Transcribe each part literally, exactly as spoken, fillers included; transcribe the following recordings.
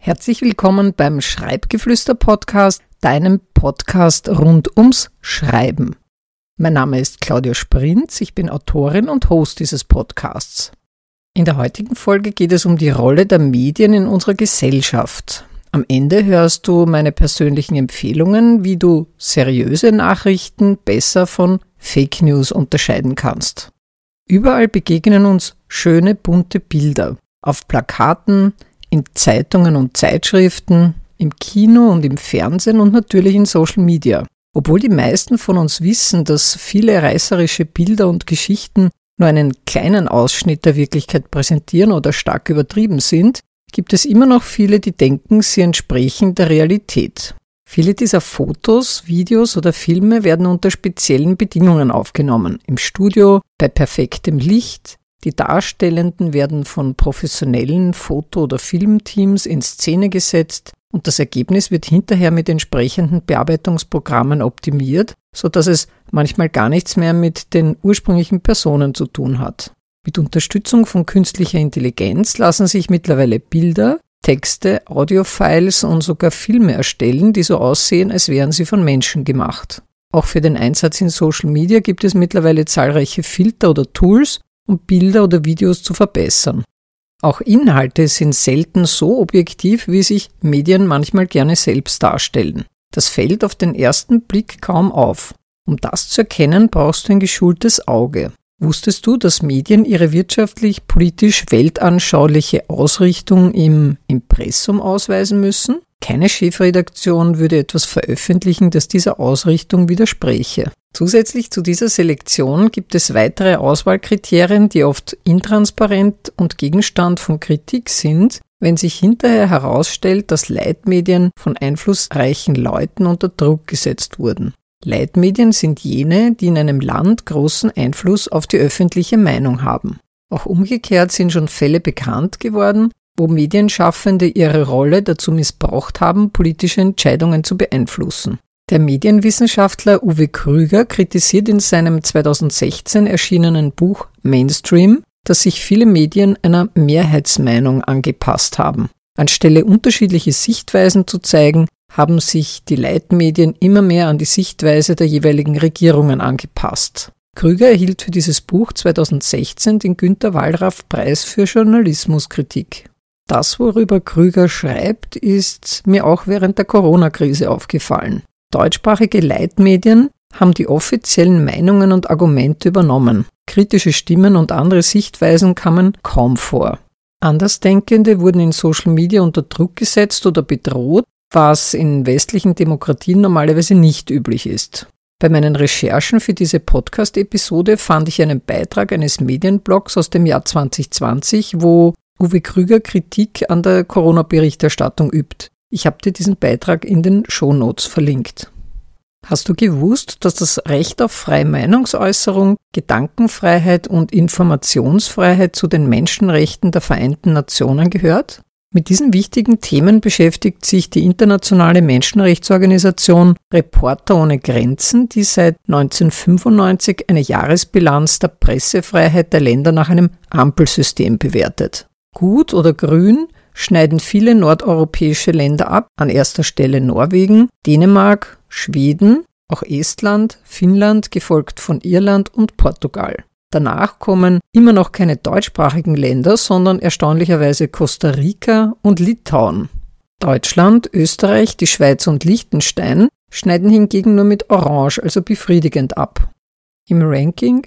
Herzlich willkommen beim Schreibgeflüster-Podcast, deinem Podcast rund ums Schreiben. Mein Name ist Claudia Sprinz, ich bin Autorin und Host dieses Podcasts. In der heutigen Folge geht es um die Rolle der Medien in unserer Gesellschaft. Am Ende hörst du meine persönlichen Empfehlungen, wie du seriöse Nachrichten besser von Fake News unterscheiden kannst. Überall begegnen uns schöne, bunte Bilder. Auf Plakaten, in Zeitungen und Zeitschriften, im Kino und im Fernsehen und natürlich in Social Media. Obwohl die meisten von uns wissen, dass viele reißerische Bilder und Geschichten nur einen kleinen Ausschnitt der Wirklichkeit präsentieren oder stark übertrieben sind, gibt es immer noch viele, die denken, sie entsprechen der Realität. Viele dieser Fotos, Videos oder Filme werden unter speziellen Bedingungen aufgenommen. Im Studio, bei perfektem Licht. Die Darstellenden werden von professionellen Foto- oder Filmteams in Szene gesetzt und das Ergebnis wird hinterher mit entsprechenden Bearbeitungsprogrammen optimiert, sodass es manchmal gar nichts mehr mit den ursprünglichen Personen zu tun hat. Mit Unterstützung von künstlicher Intelligenz lassen sich mittlerweile Bilder, Texte, Audiofiles und sogar Filme erstellen, die so aussehen, als wären sie von Menschen gemacht. Auch für den Einsatz in Social Media gibt es mittlerweile zahlreiche Filter oder Tools, um Bilder oder Videos zu verbessern. Auch Inhalte sind selten so objektiv, wie sich Medien manchmal gerne selbst darstellen. Das fällt auf den ersten Blick kaum auf. Um das zu erkennen, brauchst du ein geschultes Auge. Wusstest du, dass Medien ihre wirtschaftlich-politisch weltanschauliche Ausrichtung im Impressum ausweisen müssen? Keine Chefredaktion würde etwas veröffentlichen, das dieser Ausrichtung widerspräche. Zusätzlich zu dieser Selektion gibt es weitere Auswahlkriterien, die oft intransparent und Gegenstand von Kritik sind, wenn sich hinterher herausstellt, dass Leitmedien von einflussreichen Leuten unter Druck gesetzt wurden. Leitmedien sind jene, die in einem Land großen Einfluss auf die öffentliche Meinung haben. Auch umgekehrt sind schon Fälle bekannt geworden, wo Medienschaffende ihre Rolle dazu missbraucht haben, politische Entscheidungen zu beeinflussen. Der Medienwissenschaftler Uwe Krüger kritisiert in seinem zweitausendsechzehn erschienenen Buch Mainstream, dass sich viele Medien einer Mehrheitsmeinung angepasst haben. Anstelle unterschiedliche Sichtweisen zu zeigen, haben sich die Leitmedien immer mehr an die Sichtweise der jeweiligen Regierungen angepasst. Krüger erhielt für dieses Buch zweitausendsechzehn den Günter-Wallraff-Preis für Journalismuskritik. Das, worüber Krüger schreibt, ist mir auch während der Corona-Krise aufgefallen. Deutschsprachige Leitmedien haben die offiziellen Meinungen und Argumente übernommen. Kritische Stimmen und andere Sichtweisen kamen kaum vor. Andersdenkende wurden in Social Media unter Druck gesetzt oder bedroht, was in westlichen Demokratien normalerweise nicht üblich ist. Bei meinen Recherchen für diese Podcast-Episode fand ich einen Beitrag eines Medienblogs aus dem Jahr zwanzig zwanzig, wo Uwe Krüger Kritik an der Corona-Berichterstattung übt. Ich habe dir diesen Beitrag in den Shownotes verlinkt. Hast du gewusst, dass das Recht auf freie Meinungsäußerung, Gedankenfreiheit und Informationsfreiheit zu den Menschenrechten der Vereinten Nationen gehört? Mit diesen wichtigen Themen beschäftigt sich die internationale Menschenrechtsorganisation Reporter ohne Grenzen, die seit neunzehnhundertfünfundneunzig eine Jahresbilanz der Pressefreiheit der Länder nach einem Ampelsystem bewertet. Gut oder grün schneiden viele nordeuropäische Länder ab, an erster Stelle Norwegen, Dänemark, Schweden, auch Estland, Finnland, gefolgt von Irland und Portugal. Danach kommen immer noch keine deutschsprachigen Länder, sondern erstaunlicherweise Costa Rica und Litauen. Deutschland, Österreich, die Schweiz und Liechtenstein schneiden hingegen nur mit Orange, also befriedigend ab. Im Ranking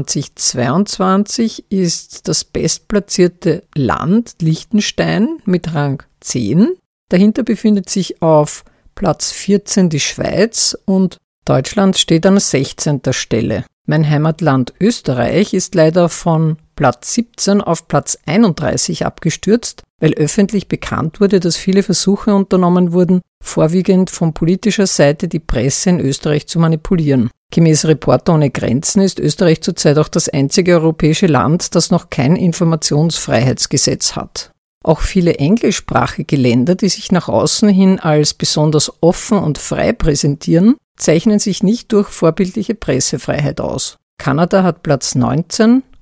zweitausendzweiundzwanzig ist das bestplatzierte Land Liechtenstein mit Rang zehn. Dahinter befindet sich auf Platz vierzehn die Schweiz und Deutschland steht an sechzehnter Stelle. Mein Heimatland Österreich ist leider von Platz siebzehn auf Platz einunddreißig abgestürzt, weil öffentlich bekannt wurde, dass viele Versuche unternommen wurden, vorwiegend von politischer Seite die Presse in Österreich zu manipulieren. Gemäß Reporter ohne Grenzen ist Österreich zurzeit auch das einzige europäische Land, das noch kein Informationsfreiheitsgesetz hat. Auch viele englischsprachige Länder, die sich nach außen hin als besonders offen und frei präsentieren, zeichnen sich nicht durch vorbildliche Pressefreiheit aus. Kanada hat Platz neunzehn,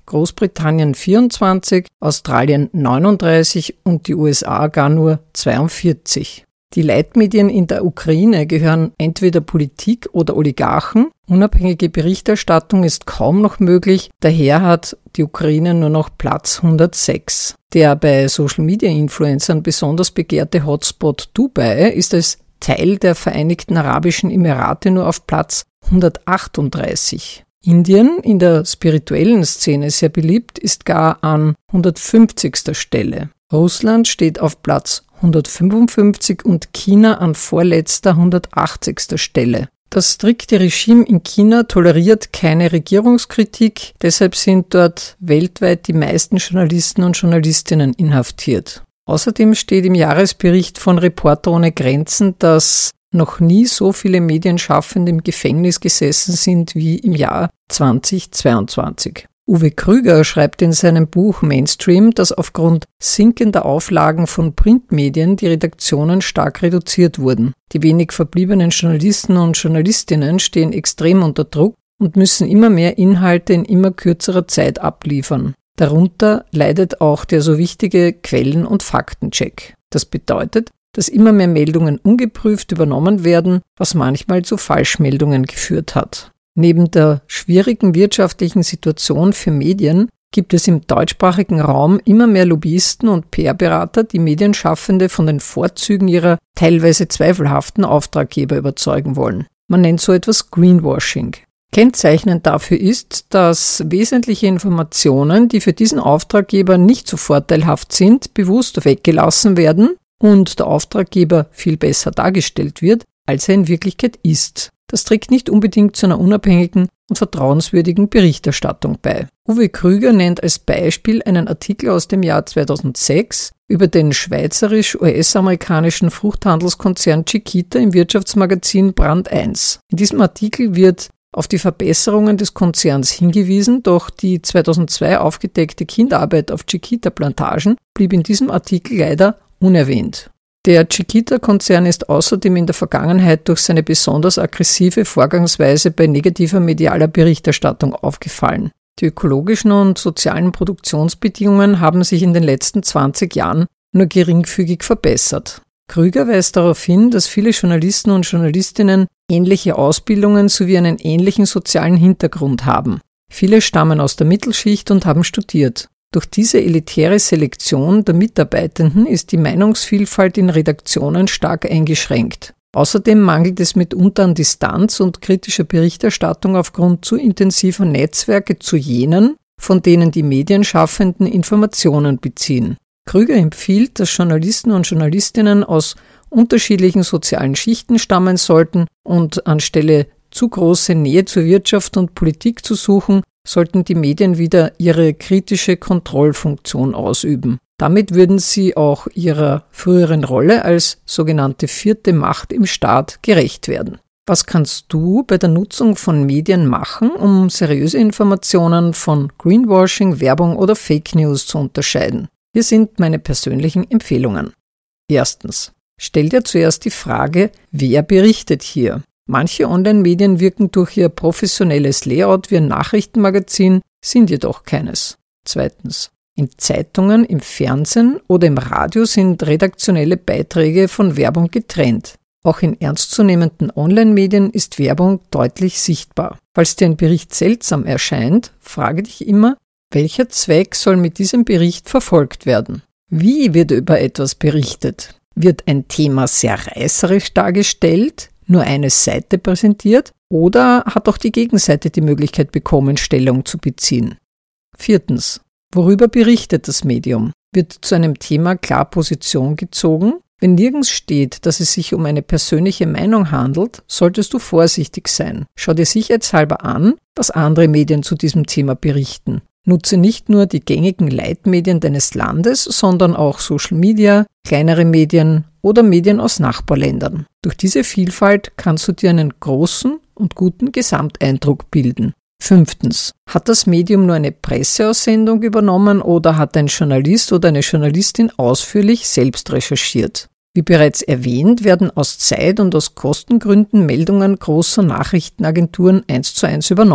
Großbritannien vierundzwanzig, Australien neununddreißig und die U S A gar nur zweiundvierzig. Die Leitmedien in der Ukraine gehören entweder Politik oder Oligarchen. Unabhängige Berichterstattung ist kaum noch möglich, daher hat die Ukraine nur noch Platz hundertsechs. Der bei Social-Media-Influencern besonders begehrte Hotspot Dubai ist als Teil der Vereinigten Arabischen Emirate nur auf Platz hundertachtunddreißig. Indien, in der spirituellen Szene sehr beliebt, ist gar an hundertfünfzigster Stelle. Russland steht auf Platz hundertfünfundfünfzig und China an vorletzter hundertachtzigster Stelle. Das strikte Regime in China toleriert keine Regierungskritik, deshalb sind dort weltweit die meisten Journalisten und Journalistinnen inhaftiert. Außerdem steht im Jahresbericht von Reporter ohne Grenzen, dass noch nie so viele Medienschaffende im Gefängnis gesessen sind wie im Jahr zweitausendzweiundzwanzig. Uwe Krüger schreibt in seinem Buch Mainstream, dass aufgrund sinkender Auflagen von Printmedien die Redaktionen stark reduziert wurden. Die wenig verbliebenen Journalisten und Journalistinnen stehen extrem unter Druck und müssen immer mehr Inhalte in immer kürzerer Zeit abliefern. Darunter leidet auch der so wichtige Quellen- und Faktencheck. Das bedeutet, dass immer mehr Meldungen ungeprüft übernommen werden, was manchmal zu Falschmeldungen geführt hat. Neben der schwierigen wirtschaftlichen Situation für Medien gibt es im deutschsprachigen Raum immer mehr Lobbyisten und P R-Berater, die Medienschaffende von den Vorzügen ihrer teilweise zweifelhaften Auftraggeber überzeugen wollen. Man nennt so etwas Greenwashing. Kennzeichnend dafür ist, dass wesentliche Informationen, die für diesen Auftraggeber nicht so vorteilhaft sind, bewusst weggelassen werden und der Auftraggeber viel besser dargestellt wird, als er in Wirklichkeit ist. Das trägt nicht unbedingt zu einer unabhängigen und vertrauenswürdigen Berichterstattung bei. Uwe Krüger nennt als Beispiel einen Artikel aus dem Jahr zweitausendsechs über den schweizerisch-U S-amerikanischen Fruchthandelskonzern Chiquita im Wirtschaftsmagazin Brand eins. In diesem Artikel wird auf die Verbesserungen des Konzerns hingewiesen, doch die zweitausendzwei aufgedeckte Kinderarbeit auf Chiquita-Plantagen blieb in diesem Artikel leider unerwähnt. Der Chiquita-Konzern ist außerdem in der Vergangenheit durch seine besonders aggressive Vorgangsweise bei negativer medialer Berichterstattung aufgefallen. Die ökologischen und sozialen Produktionsbedingungen haben sich in den letzten zwanzig Jahren nur geringfügig verbessert. Krüger weist darauf hin, dass viele Journalisten und Journalistinnen ähnliche Ausbildungen sowie einen ähnlichen sozialen Hintergrund haben. Viele stammen aus der Mittelschicht und haben studiert. Durch diese elitäre Selektion der Mitarbeitenden ist die Meinungsvielfalt in Redaktionen stark eingeschränkt. Außerdem mangelt es mitunter an Distanz und kritischer Berichterstattung aufgrund zu intensiver Netzwerke zu jenen, von denen die Medienschaffenden Informationen beziehen. Krüger empfiehlt, dass Journalisten und Journalistinnen aus unterschiedlichen sozialen Schichten stammen sollten und anstelle zu große Nähe zur Wirtschaft und Politik zu suchen, sollten die Medien wieder ihre kritische Kontrollfunktion ausüben. Damit würden sie auch ihrer früheren Rolle als sogenannte vierte Macht im Staat gerecht werden. Was kannst du bei der Nutzung von Medien machen, um seriöse Informationen von Greenwashing, Werbung oder Fake News zu unterscheiden? Hier sind meine persönlichen Empfehlungen. Erstens. Stell dir zuerst die Frage, wer berichtet hier? Manche Online-Medien wirken durch ihr professionelles Layout wie ein Nachrichtenmagazin, sind jedoch keines. Zweitens. In Zeitungen, im Fernsehen oder im Radio sind redaktionelle Beiträge von Werbung getrennt. Auch in ernstzunehmenden Online-Medien ist Werbung deutlich sichtbar. Falls dir ein Bericht seltsam erscheint, frage dich immer, welcher Zweck soll mit diesem Bericht verfolgt werden? Wie wird über etwas berichtet? Wird ein Thema sehr reißerisch dargestellt, nur eine Seite präsentiert, oder hat auch die Gegenseite die Möglichkeit bekommen, Stellung zu beziehen? Viertens. Worüber berichtet das Medium? Wird zu einem Thema klar Position gezogen? Wenn nirgends steht, dass es sich um eine persönliche Meinung handelt, solltest du vorsichtig sein. Schau dir sicherheitshalber an, was andere Medien zu diesem Thema berichten. Nutze nicht nur die gängigen Leitmedien deines Landes, sondern auch Social Media, kleinere Medien oder Medien aus Nachbarländern. Durch diese Vielfalt kannst du dir einen großen und guten Gesamteindruck bilden. Fünftens. Hat das Medium nur eine Presseaussendung übernommen oder hat ein Journalist oder eine Journalistin ausführlich selbst recherchiert? Wie bereits erwähnt, werden aus Zeit- und aus Kostengründen Meldungen großer Nachrichtenagenturen eins zu eins übernommen.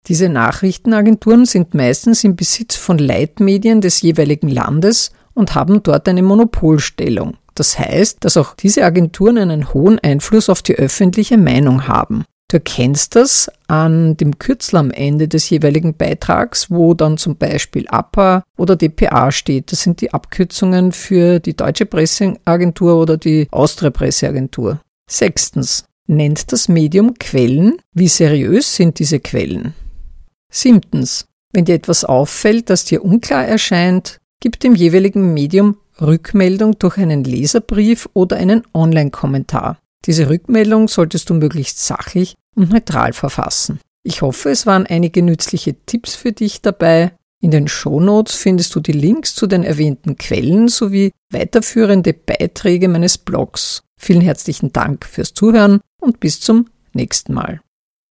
Diese Nachrichtenagenturen sind meistens im Besitz von Leitmedien des jeweiligen Landes und haben dort eine Monopolstellung. Das heißt, dass auch diese Agenturen einen hohen Einfluss auf die öffentliche Meinung haben. Du erkennst das an dem Kürzel am Ende des jeweiligen Beitrags, wo dann zum Beispiel A P A oder D P A steht. Das sind die Abkürzungen für die Deutsche Presseagentur oder die Austria Presseagentur. Sechstens. Nennt das Medium Quellen? Wie seriös sind diese Quellen? Siebtens. Wenn dir etwas auffällt, das dir unklar erscheint, gib dem jeweiligen Medium Rückmeldung durch einen Leserbrief oder einen Online-Kommentar. Diese Rückmeldung solltest du möglichst sachlich und neutral verfassen. Ich hoffe, es waren einige nützliche Tipps für dich dabei. In den Shownotes findest du die Links zu den erwähnten Quellen sowie weiterführende Beiträge meines Blogs. Vielen herzlichen Dank fürs Zuhören und bis zum nächsten Mal.